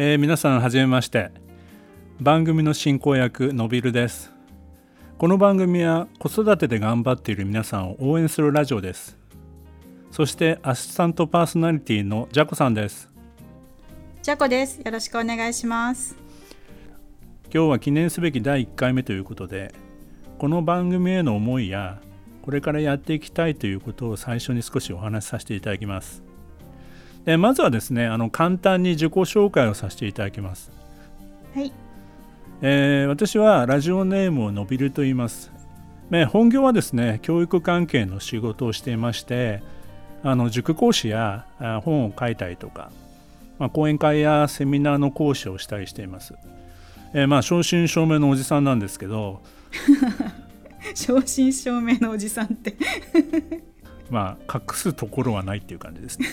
皆さんはじめまして。番組の進行役のびるです。この番組は子育てで頑張っている皆さんを応援するラジオです。そしてアシスタントパーソナリティのジャコさんです。 ジャコです。よろしくお願いします。 今日は記念すべき第1回目ということで、この番組への思いやこれからやっていきたいということを最初に少しお話しさせていただきます。でまずはですね、簡単に自己紹介をさせていただきます。 はい。 私はラジオネームをのびると言います。本業はですね、教育関係の仕事をしていまして、塾講師や本を書いたりとか、講演会やセミナーの講師をしたりしています。正真正銘のおじさんなんですけど正真正銘のおじさんって隠すところはないっていう感じですね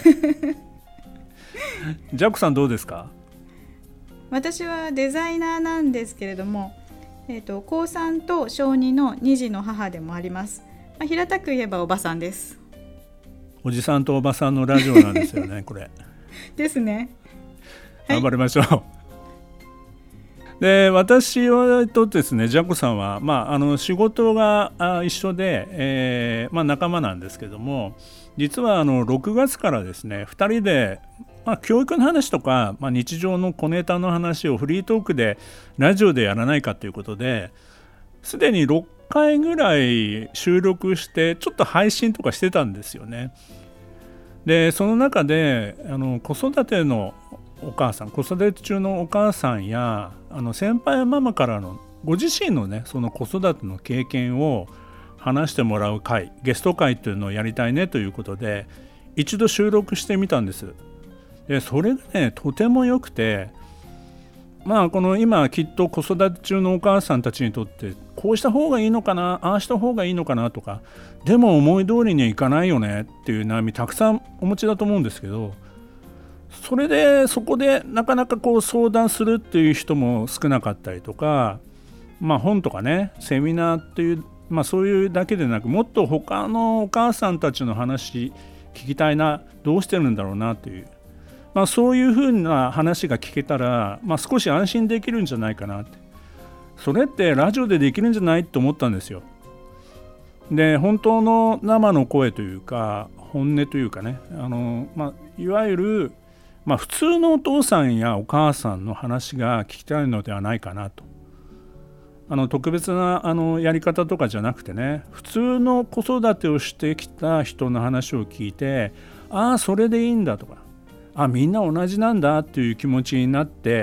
ジャコさんどうですか？ 私はデザイナーなんですけれども、高3と小2の2児の母でもあります。平たく言えばおばさんです。 おじさんとおばさんのラジオなんですよねこれですね。 頑張りましょう。で私はですね、ジャコさんは、仕事が一緒で、仲間なんですけども、実は6月からですね2人で、教育の話とか、日常の小ネタの話をフリートークでラジオでやらないかということで、すでに6回ぐらい収録してちょっと配信とかしてたんですよね。でその中で子育てのお母さん、子育て中のお母さんや先輩ママからのご自身のね、その子育ての経験を話してもらう会、ゲスト会というのをやりたいねということで一度収録してみたんです。でそれがねとても良くて、この今きっと子育て中のお母さんたちにとってこうした方がいいのかな、ああした方がいいのかなとか、でも思い通りにはいかないよねっていう悩みたくさんお持ちだと思うんですけど、そこでなかなか相談するっていう人も少なかったりとか、本とかね、セミナーっていう、そういうだけでなく、もっと他のお母さんたちの話聞きたいな、どうしてるんだろうなという、そういうふうな話が聞けたら、少し安心できるんじゃないかなって。それってラジオでできるんじゃないと思ったんですよ。で本当の生の声というか本音というかね、いわゆる普通のお父さんやお母さんの話が聞きたいのではないかなと。特別なやり方とかじゃなくてね、普通の子育てをしてきた人の話を聞いて、それでいいんだとか、みんな同じなんだっていう気持ちになって、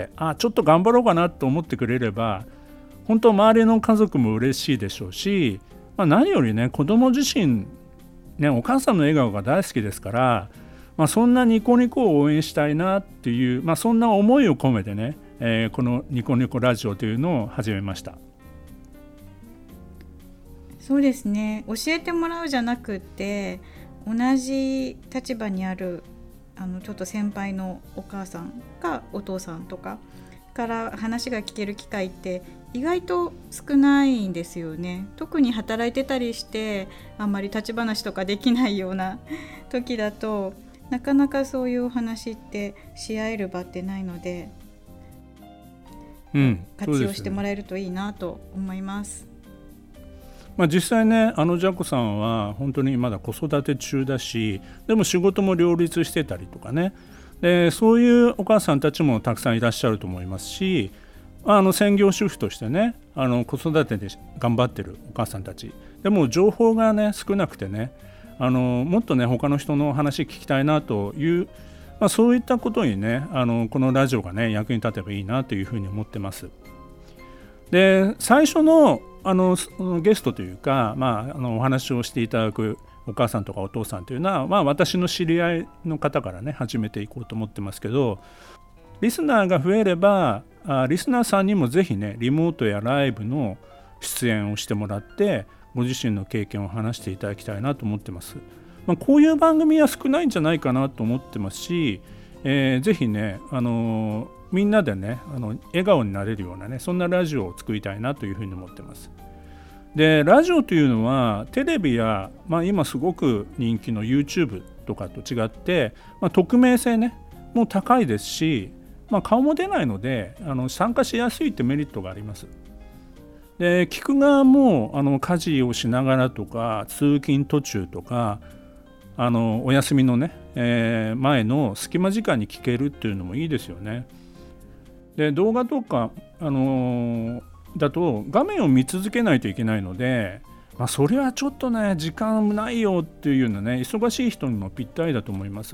ちょっと頑張ろうかなと思ってくれれば、本当周りの家族も嬉しいでしょうし、何よりね、子供自身、お母さんの笑顔が大好きですから、そんなニコニコを応援したいなっていう、そんな思いを込めてね、このニコニコラジオというのを始めました。 そうですね、教えてもらうじゃなくって同じ立場にあるちょっと先輩のお母さんかお父さんとかから話が聞ける機会って意外と少ないんですよね。特に働いてたりしてあんまり立ち話とかできないような時だとなかなかそういうお話ってし合える場ってないので、活用してもらえるといいなと思います。 実際ね、ジャコさんは本当にまだ子育て中だし、でも仕事も両立してたりとかね、でそういうお母さんたちもたくさんいらっしゃると思いますし、専業主婦としてね、子育てで頑張ってるお母さんたちでも情報がね少なくてね、もっとね他の人の話聞きたいなという、そういったことにねこのラジオがね役に立てばいいなというふうに思ってます。で最初のゲストというか、お話をしていただくお母さんとかお父さんというのは、私の知り合いの方からね始めていこうと思ってますけど、リスナーが増えればリスナーさんにもぜひねリモートやライブの出演をしてもらってご自身の経験を話していただきたいなと思ってます。こういう番組は少ないんじゃないかなと思ってますし、ぜひねみんなでね笑顔になれるようなね、そんなラジオを作りたいなというふうに思ってます。でラジオというのはテレビや、今すごく人気の YouTube とかと違って、匿名性ねもう高いですし、 顔も出ないので参加しやすいってメリットがあります。で聞く側も家事をしながらとか通勤途中とかお休みのね、前の隙間時間に聞けるっていうのもいいですよね。で動画とか、だと画面を見続けないといけないので、それはちょっとね時間ないよっていうようなね忙しい人にもぴったりだと思います。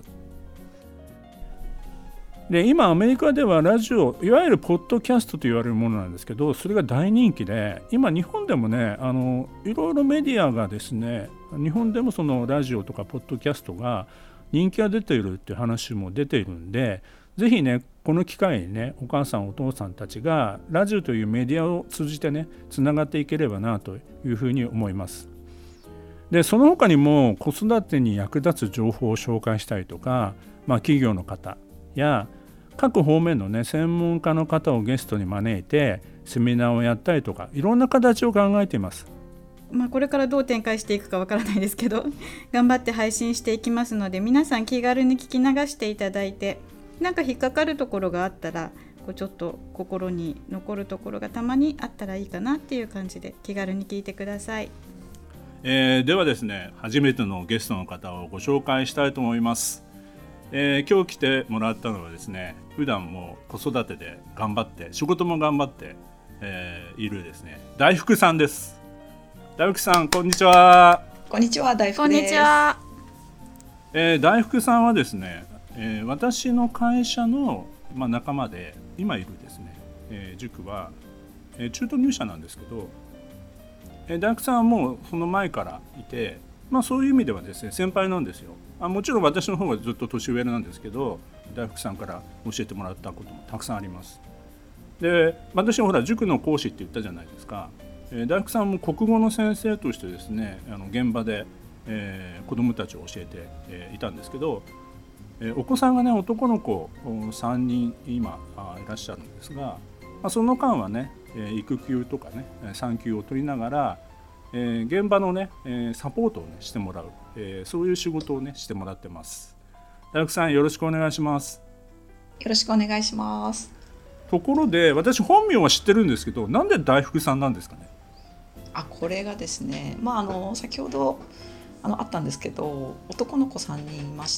で今アメリカではラジオいわゆるポッドキャストと言われるものなんですけど、それが大人気で今日本でもねいろいろメディアがですね日本でもそのラジオとかポッドキャストが人気が出ているっていう話も出ているんで、ぜひねこの機会にねお母さんお父さんたちがラジオというメディアを通じてねつながっていければなというふうに思います。でその他にも子育てに役立つ情報を紹介したりとか、企業の方や各方面のね専門家の方をゲストに招いてセミナーをやったりとかいろんな形を考えています。 これからどう展開していくかわからないですけど頑張って配信していきますので、皆さん気軽に聞き流していただいて、なんか引っかかるところがあったらちょっと心に残るところがたまにあったらいいかなっていう感じで気軽に聞いてください。 ではですね初めてのゲストの方をご紹介したいと思います。今日来てもらったのはですね普段も子育てで頑張って仕事も頑張って、いるですね大福さんです。大福さんこんにちは。 こんにちは、大福です。 こんにちは。 大福さんはですね、私の会社の、仲間で今いるですね、塾は、中途入社なんですけど、大福さんはもうその前からいて、そういう意味ではですね先輩なんですよ。もちろん私の方がずっと年上なんですけど、大福さんから教えてもらったこともたくさんあります。で私はほら塾の講師って言ったじゃないですか。大福さんも国語の先生としてですね現場で、子どもたちを教えて、いたんですけど、お子さんがね男の子3人今いらっしゃるんですが、その間はね育休とかね産休を取りながら、現場のねサポートをねしてもらう、そういう仕事をねしてもらってます。大福さんよろしくお願いします。 よろしくお願いします。 ところで私本名は知ってるんですけど、なんで大福さんなんですかね。 これがですね、先ほどあったんですけど、男の子3人いまして、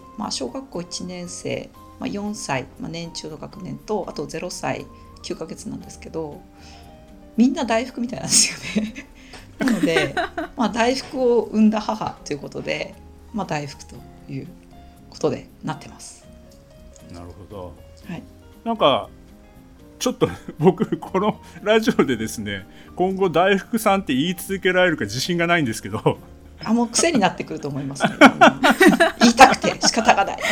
小学校1年生、4歳、年中の学年とあと0歳9ヶ月なんですけど、みんな大福みたいなんですよねなので、大福を産んだ母ということで、大福ということでなってます。 なるほど、 はい、 なんかちょっと僕このラジオでですね今後大福さんって言い続けられるか自信がないんですけどもう癖になってくると思いますね言いたくて仕方がない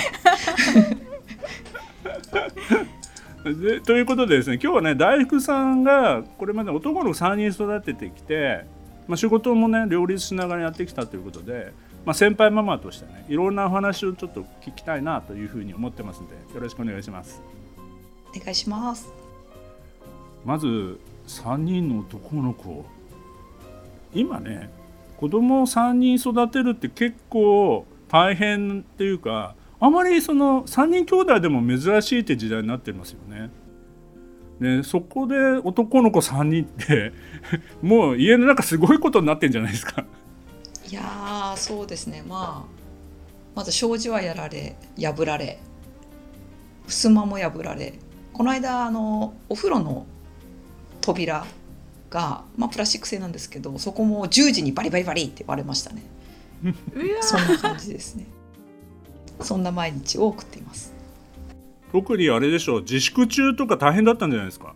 でということでですね今日はね大福さんがこれまで男の子3人育ててきて、仕事もね両立しながらやってきたということで、先輩ママとしてねいろんなお話をちょっと聞きたいなというふうに思ってますのでよろしくお願いします。 お願いします。 まず3人の男の子、今ね子供を3人育てるって結構大変っていうか、あまりその3人兄弟でも珍しいって時代になってますよね。でそこで男の子3人ってもう家の中すごいことになってんじゃないですか。 いやーそうですね、まず障子はやられ破られ襖も破られ、この間お風呂の扉が、プラスチック製なんですけど、そこも10時にバリバリバリって割れましたねそんな感じですねそんな毎日を送っています。 特にあれでしょう、自粛中とか大変だったんじゃないですか。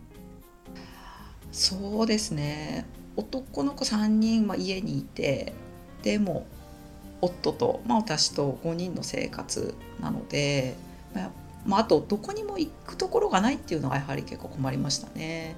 そうですね、男の子3人、家にいて、でも夫と、私と5人の生活なので、あとどこにも行くところがないっていうのがやはり結構困りましたね。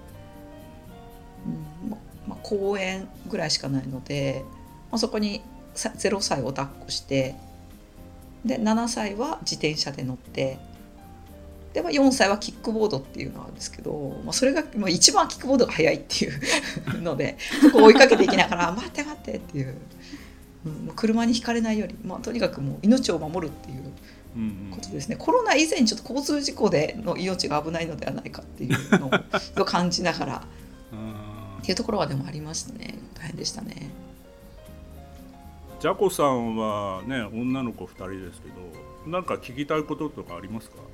公園ぐらいしかないので、そこに0歳を抱っこして、で7歳は自転車で乗って、で、4歳はキックボードっていうのがあるんですけど、それが一番キックボードが速いっていうのでそこを追いかけていきながら待って待ってっていう、車にひかれないように、とにかくもう命を守るっていうことですね。コロナ以前にちょっと交通事故での命が危ないのではないかっていうのを感じながらっていうところはでもありましたね。大変でしたね。 ジャコさんはね、女の子2人ですけど、なんか聞きたいこととかありますか？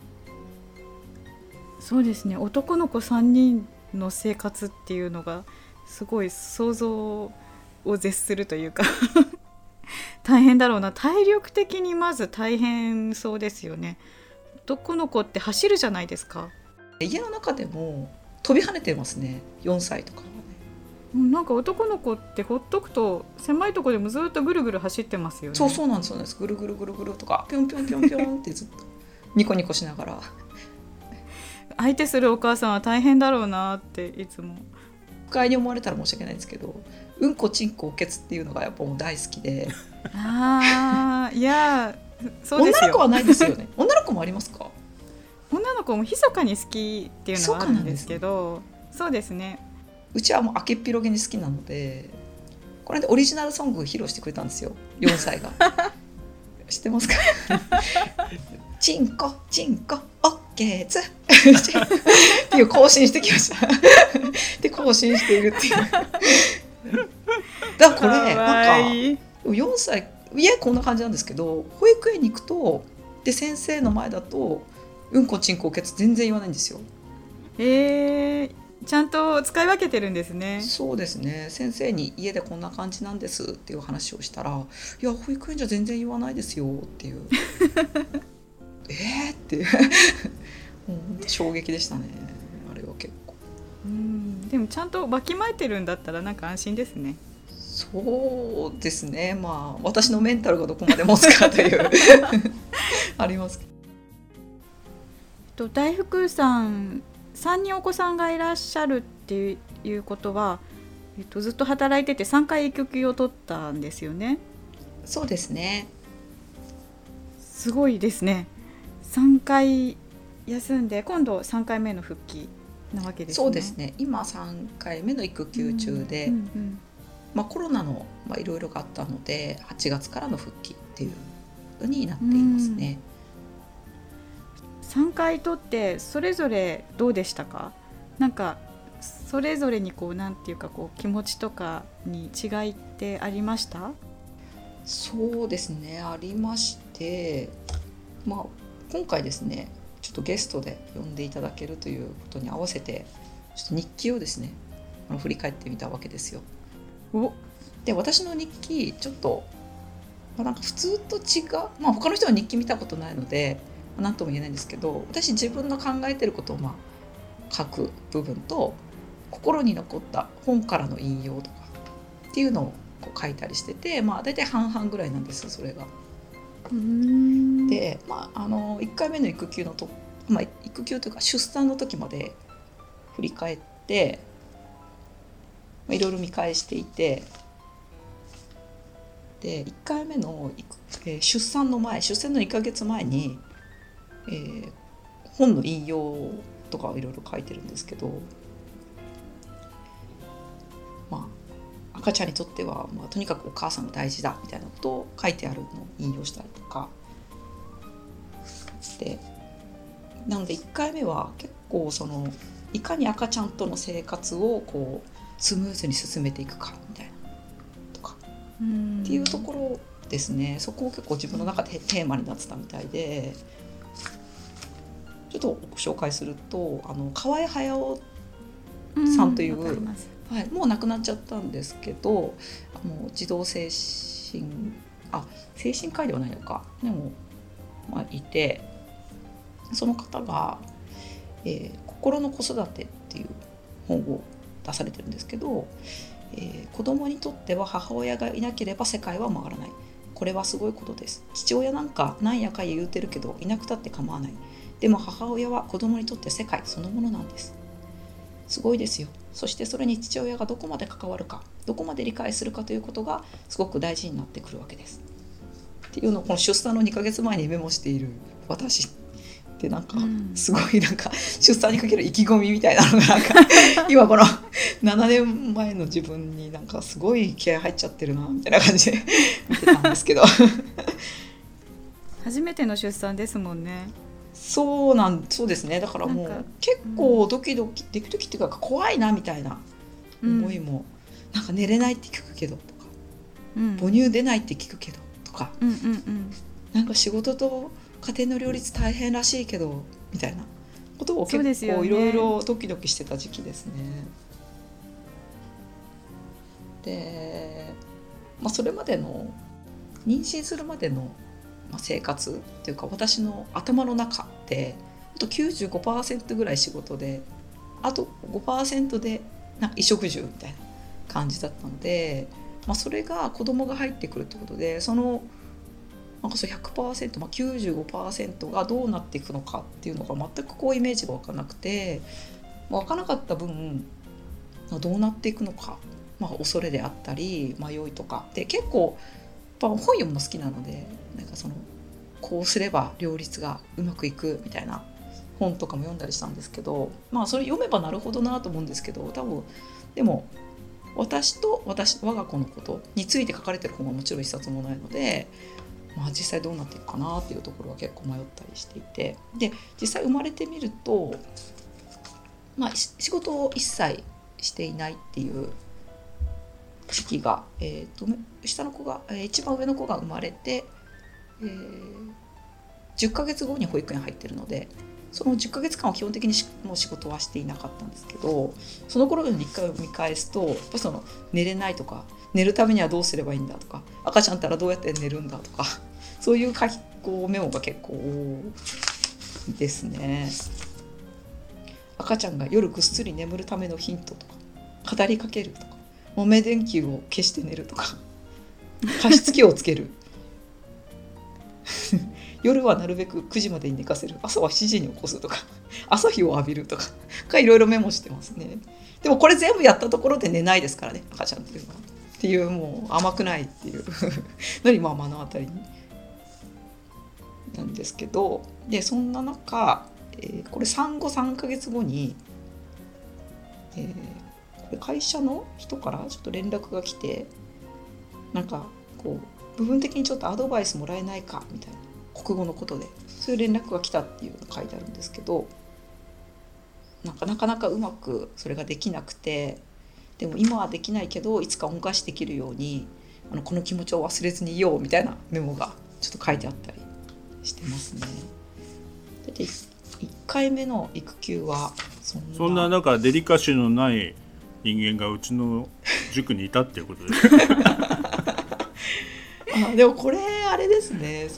そうですね、男の子3人の生活っていうのがすごい想像を絶するというか大変だろうな。体力的にまず大変そうですよね。男の子って走るじゃないですか。 家の中でも飛び跳ねてますね、4歳とかはね。 なんか男の子ってほっとくと狭いところでもずっとぐるぐる走ってますよね。 そうなんですよね。ぐるぐるぐるぐるとかぴょんぴょんぴょんぴょんってずっとニコニコしながら相手するお母さんは大変だろうなっていつも。 不快に思われたら申し訳ないんですけど、うんこちんこおけつっていうのがやっぱもう大好きで。 いやそうですよ。 女の子はないですよね。女の子もありますか？ 女の子も密かに好きっていうのはあるんですけど、そうですね。 うちはもう明けっぴろげに好きなので、これでオリジナルソング披露してくれたんですよ、4歳が知ってますか？チンコチンコオッケーズっていう更新してきましたで更新しているっていうだからこれなんか4歳家こんな感じなんですけど、保育園に行くとで先生の前だとうんこちんこオッケーズ全然言わないんですよ。 ちゃんと使い分けてるんですね。 そうですね。先生に家でこんな感じなんですっていう話をしたら、いや保育園じゃ全然言わないですよっていうっていうもう衝撃でしたね、あれは結構。 でもちゃんとわきまえてるんだったらなんか安心ですね。 そうですね。まあ私のメンタルがどこまで持つかというありますけど。大福さん3人お子さんがいらっしゃるっていうことは、ずっと働いてて3回育休を取ったんですよね。 そうですね。 すごいですね。3回休んで今度3回目の復帰なわけですね。 そうですね。今3回目の育休中で、コロナのいろいろがあったので8月からの復帰っていうことになっていますね。 3回取ってそれぞれどうでしたか？なんかそれぞれになんていうか気持ちとかに違いってありました？ そうですね、ありまして、今回ですねちょっとゲストで呼んでいただけるということに合わせてちょっと日記をですね振り返ってみたわけですよ。で私の日記ちょっと、なんか普通と違う、他の人は日記見たことないので何とも言えないんですけど、私自分の考えてることを書く部分と心に残った本からの引用とかっていうのを書いたりしてて、大体半々ぐらいなんです、それが。で、1回目の育休の育休というか出産の時まで振り返っていろいろ見返していて、で1回目の、出産の1ヶ月前に、本の引用とかいろいろ書いてるんですけど、赤ちゃんにとっては、とにかくお母さんが大事だみたいなことを書いてあるのを引用したりとかで、なので1回目は結構いかに赤ちゃんとの生活をスムーズに進めていくかみたいなとかっていうところですね。そこを結構自分の中でテーマになってたみたいで、ちょっとご紹介すると河合隼さんという、もう亡くなっちゃったんですけど、児童精神科医ではないのかでも、いて、その方が、心の子育てっていう本を出されてるんですけど、子供にとっては母親がいなければ世界は回らない。これはすごいことです。父親なんかなんやか言うてるけどいなくたって構わない。でも母親は子供にとって世界そのものなんです。すごいですよ。そしてそれに父親がどこまで関わるか、どこまで理解するかということがすごく大事になってくるわけですっていうのを、この出産の2ヶ月前にメモしている私ってすごい出産にかける意気込みみたいなのが今この7年前の自分にすごい気合入っちゃってるなみたいな感じで見てたんですけど初めての出産ですもんね。 そうですね。だからもう結構ドキドキっていうか怖いなみたいな思いも、なんか寝れないって聞くけどとか、母乳出ないって聞くけどとか、なんか仕事と家庭の両立大変らしいけどみたいなことを結構いろいろドキドキしてた時期ですね。で、それまでの妊娠するまでの生活っていうか、私の頭の中ってあと 95% ぐらい仕事で、あと 5% でなんか衣食住みたいな感じだったので、それが子供が入ってくるってことで、そのなんか100%、95% がどうなっていくのかっていうのが全くこうイメージが分からなくて、分からなかった分どうなっていくのか、恐れであったり迷いとかで、結構本読むの好きなので、なんかこうすれば両立がうまくいくみたいな本とかも読んだりしたんですけど、それ読めばなるほどなと思うんですけど、多分でも私と我が子のことについて書かれてる本はもちろん一冊もないので、実際どうなっていくかなっていうところは結構迷ったりしていて、で実際生まれてみると、仕事を一切していないっていう時期が、下の子が、一番上の子が生まれて、10ヶ月後に保育園入ってるので、その10ヶ月間は基本的にもう仕事はしていなかったんですけど、その頃に一回見返すと、やっぱ寝れないとか、寝るためにはどうすればいいんだとか、赤ちゃんったらどうやって寝るんだとか、そういうメモが結構多いですね。赤ちゃんが夜ぐっすり眠るためのヒントとか、語りかけるとか、豆電球を消して寝るとか、加湿器をつける夜はなるべく9時までに寝かせる、朝は7時に起こすとか、朝日を浴びるとかいろいろメモしてますね。でもこれ全部やったところで寝ないですからね、赤ちゃんっていうのはっていう、もう甘くないっていうのに目の当たりになんですけど、でそんな中、これ産後3ヶ月後に、これ会社の人からちょっと連絡が来て、なんかこう部分的にちょっとアドバイスもらえないかみたいな、国語のことでそういう連絡が来たっていうのが書いてあるんですけど、なかなかうまくそれができなくて、でも今はできないけどいつか恩返しできるようにこの気持ちを忘れずにいようみたいなメモがちょっと書いてあったりしてますね。で1回目の育休はそんななんかデリカシーのない人間がうちの塾にいたっていうことですでもこれあれですね、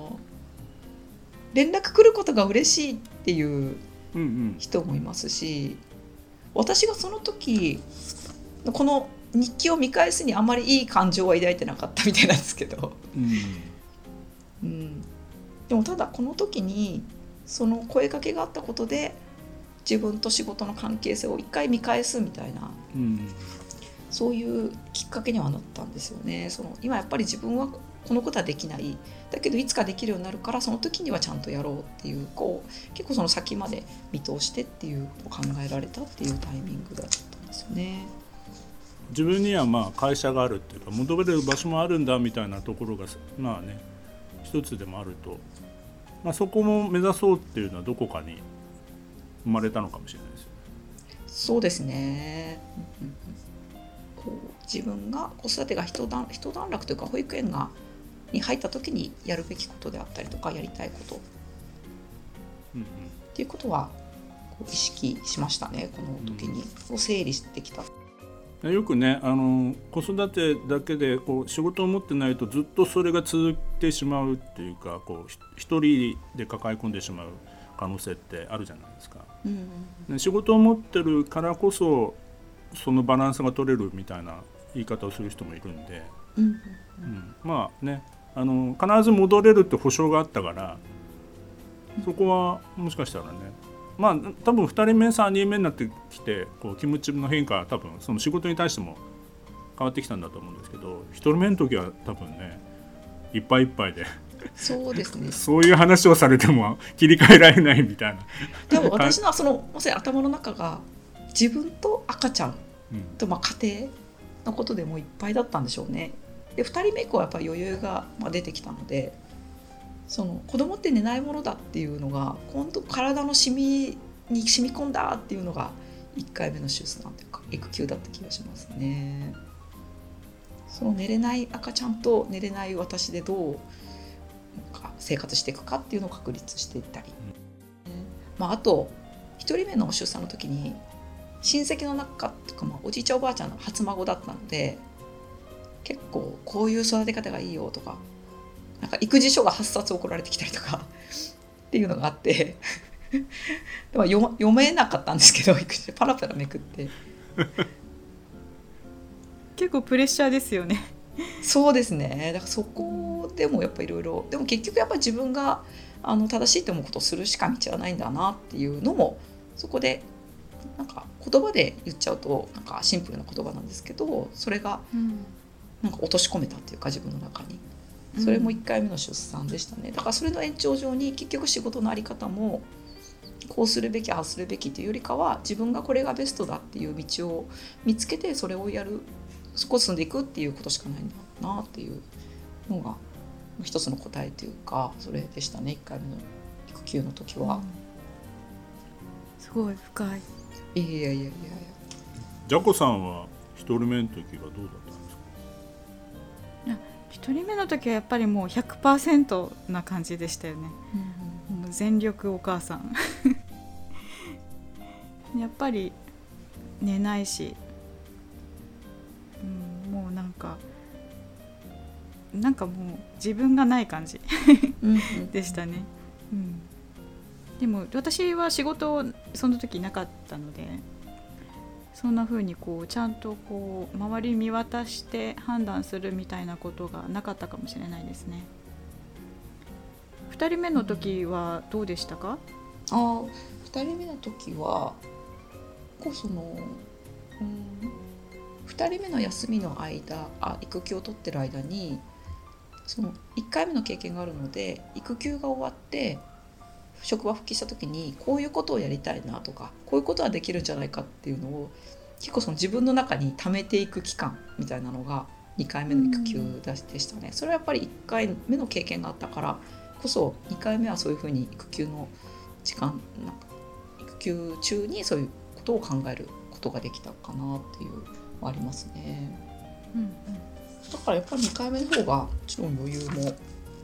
連絡来ることが嬉しいっていう人もいますし、私がその時この日記を見返すにあんまりいい感情は抱いてなかったみたいなんですけど、でもただこの時にその声かけがあったことで自分と仕事の関係性を一回見返すみたいな、そういうきっかけにはなったんですよね。今やっぱり自分はこのことはできない、だけどいつかできるようになるから、その時にはちゃんとやろうっていう、結構その先まで見通してっていうことを考えられたっていうタイミングだったんですよね。 自分には会社があるっていうか、求める場所もあるんだみたいなところが一つでもあると、そこも目指そうっていうのはどこかに生まれたのかもしれないですよね。 そうですね、自分が子育てが一段落というか、保育園に入った時にやるべきことであったりとか、やりたいことっていうことは意識しましたね。この時に整理してきた。 よくね、子育てだけで仕事を持ってないとずっとそれが続いてしまうっていうか、一人で抱え込んでしまう可能性ってあるじゃないですか。仕事を持ってるからこそそのバランスが取れるみたいな言い方をする人もいるんで、必ず戻れるって保証があったから、そこはもしかしたらね、多分2人目3人目になってきて気持ちの変化は多分その仕事に対しても変わってきたんだと思うんですけど、1人目の時は多分ね、いっぱいいっぱいでそうですねそういう話をされても切り替えられないみたいな。 でも私のもし頭の中が自分と赤ちゃんと家庭のことでもういっぱいだったんでしょうね。で2人目以降はやっぱり余裕が出てきたので、 その子供って寝ないものだっていうのが今度体の染みに染み込んだっていうのが1回目の出産というか育休だった気がしますね。その寝れない赤ちゃんと寝れない私でどう生活していくかっていうのを確立していったり、あと1人目の出産の時に親戚の中とか、おじいちゃんおばあちゃんの初孫だったので結構こういう育て方がいいよとか、なんか育児書が8冊送られてきたりとかっていうのがあってでも読めなかったんですけど、育児書パラパラめくって結構プレッシャーですよね。 そうですね。だからそこでもやっぱいろいろ、でも結局やっぱ自分が正しいと思うことをするしか道はないんだなっていうのも、そこでなんか言葉で言っちゃうとなんかシンプルな言葉なんですけど、それがなんか落とし込めたっていうか自分の中に、それも1回目の出産でしたね。だからそれの延長上に結局仕事の在り方もこうするべきああするべきというよりかは、自分がこれがベストだっていう道を見つけてそれをやる、そこを進んでいくっていうことしかないんだなっていうのが一つの答えというか、それでしたね、1回目の育休の時は。 すごい深い。 いやジャコさんは1人目の時はどうだったんですか？ 1人目の時はやっぱりもう 100% な感じでしたよね、もう全力お母さんやっぱり寝ないし、もうなんかもう自分がない感じでしたね、でも私は仕事その時なかったので、そんな風にこうちゃんとこう周り見渡して判断するみたいなことがなかったかもしれないですね。2人目の時はどうでしたか ？2人目の時はその、2人目の休みの間、育休を取ってる間にその1回目の経験があるので、育休が終わって職場復帰した時にこういうことをやりたいなとか、こういうことはできるんじゃないかっていうのを結構その自分の中に溜めていく期間みたいなのが2回目の育休でしたね。それはやっぱり1回目の経験があったからこそ、2回目はそういうふうに育休の時間、育休中にそういうことを考えることができたかなっていうのはありますね。だからやっぱり2回目の方がもちろん余裕も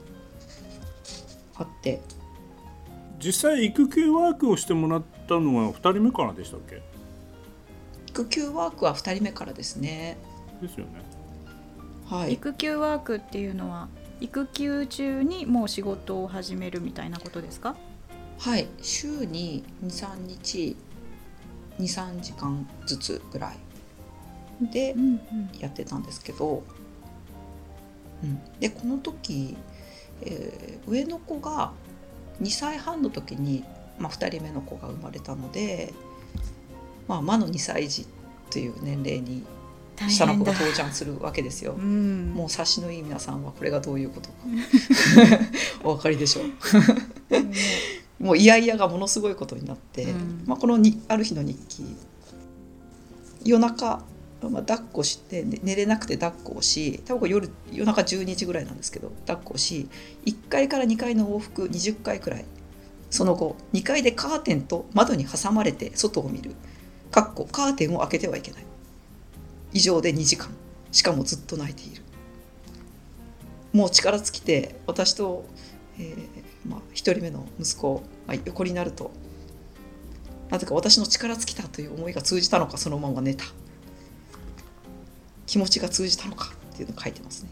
あって。 実際育休ワークをしてもらったのは2人目からでしたっけ？ 育休ワークは2人目からですね。 ですよね。 はい。育休ワークっていうのは育休中にもう仕事を始めるみたいなことですか？ はい、週に 2,3 日 2,3 時間ずつぐらいでやってたんですけど、でこの時、上の子が2歳半の時に、2人目の子が生まれたので、魔の2歳児という年齢に下の子が登場するわけですよ。もう察しのいい皆さんはこれがどういうことかお分かりでしょうもうイヤイヤがものすごいことになって、このある日の日記、夜中、抱っこして、寝れなくて抱っこをし、多分夜中12時ぐらいなんですけど抱っこをし、1階から2階の往復20回くらい、その後2階でカーテンと窓に挟まれて外を見る、カーテンを開けてはいけない、以上で2時間、しかもずっと泣いている。もう力尽きて、私と、1人目の息子が横になると、なぜか私の力尽きたという思いが通じたのか、そのまま寝た、気持ちが通じたのかっていうのを書いてますね。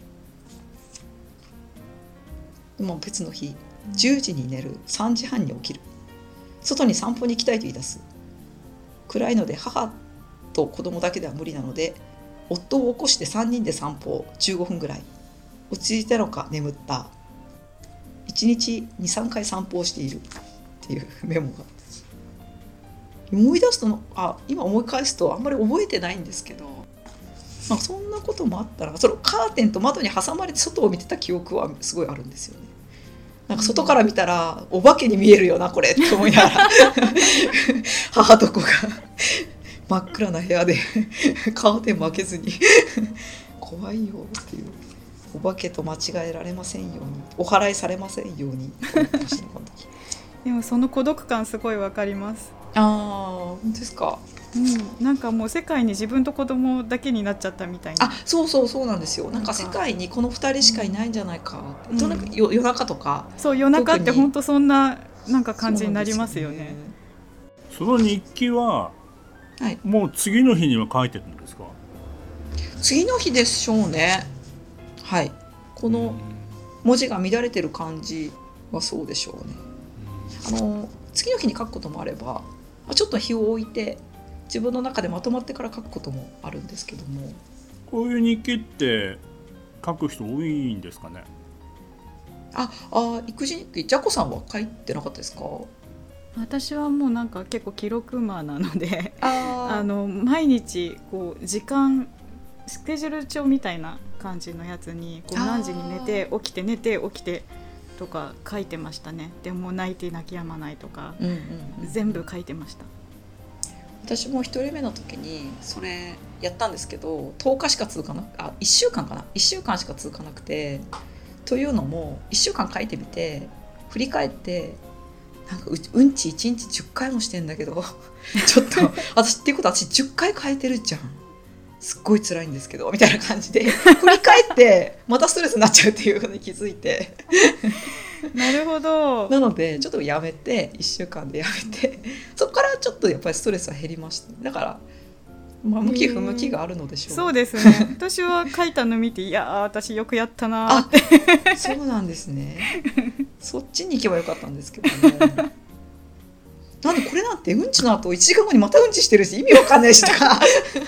でも別の日、10時に寝る、3時半に起きる、外に散歩に行きたいと言い出す、暗いので母と子供だけでは無理なので夫を起こして3人で散歩を15分ぐらい、落ち着いたのか眠った、1日 2,3 回散歩をしているっていうメモが思い出すと、今思い返すとあんまり覚えてないんですけど、そんなこともあったら、そのカーテンと窓に挟まれて外を見てた記憶はすごいあるんですよね。なんか外から見たらお化けに見えるよなこれって思いながら母と子が真っ暗な部屋でカーテンも開けずに怖いよっていう、 お化けと間違えられませんように、お祓いされませんようにこの時。 でもその孤独感すごいわかります。 ああ、本当ですか。 なんかもう世界に自分と子供だけになっちゃったみたいな。 あ、そうなんですよ。なんか世界にこの2人しかいないんじゃないか、とにかく夜中とか、 そう夜中って本当そんななんか感じになりますよね。 その日記は、はい、もう次の日には書いてるんですか？ 次の日でしょうね。はい、この文字が乱れてる感じはそうでしょうね。次の日に書くこともあれば、ちょっと日を置いて自分の中でまとまってから書くこともあるんですけども。 こういう日記って書く人多いんですかね？ 育児日記、ジャコさんは書いてなかったですか？ 私はもうなんか結構記録魔なので毎日こう時間スケジュール帳みたいな感じのやつにこう何時に寝て起きて寝て起きてとか書いてましたね。でも泣いて泣き止まないとか、全部書いてました。 私も1人目の時にそれやったんですけど、10日しか続かなく、1週間かな、1週間しか続かなくて、というのも1週間書いてみて振り返って、なんかうんち1日10回もしてんだけどちょっと私っていうことは私10回書いてるじゃん、すっごい辛いんですけどみたいな感じで振り返ってまたストレスになっちゃうっていうのに気づいてなるほど。 なのでちょっとやめて、1週間でやめて、そこからちょっとやっぱりストレスは減りました。だから向き不向きがあるのでしょう。 そうですね。私は書いたの見て、いや私よくやったなってそうなんですね。そっちに行けばよかったんですけどね。なんでこれなんてうんちの後1時間後にまたうんちしてるし意味わかんないしとか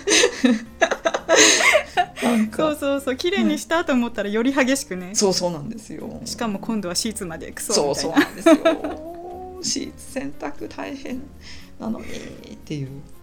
なんかそう綺麗にしたと思ったらより激しくね。 そうなんですよ。 しかも今度はシーツまでクソみたいな。 そうなんですよ。シーツ洗濯大変なのにっていう。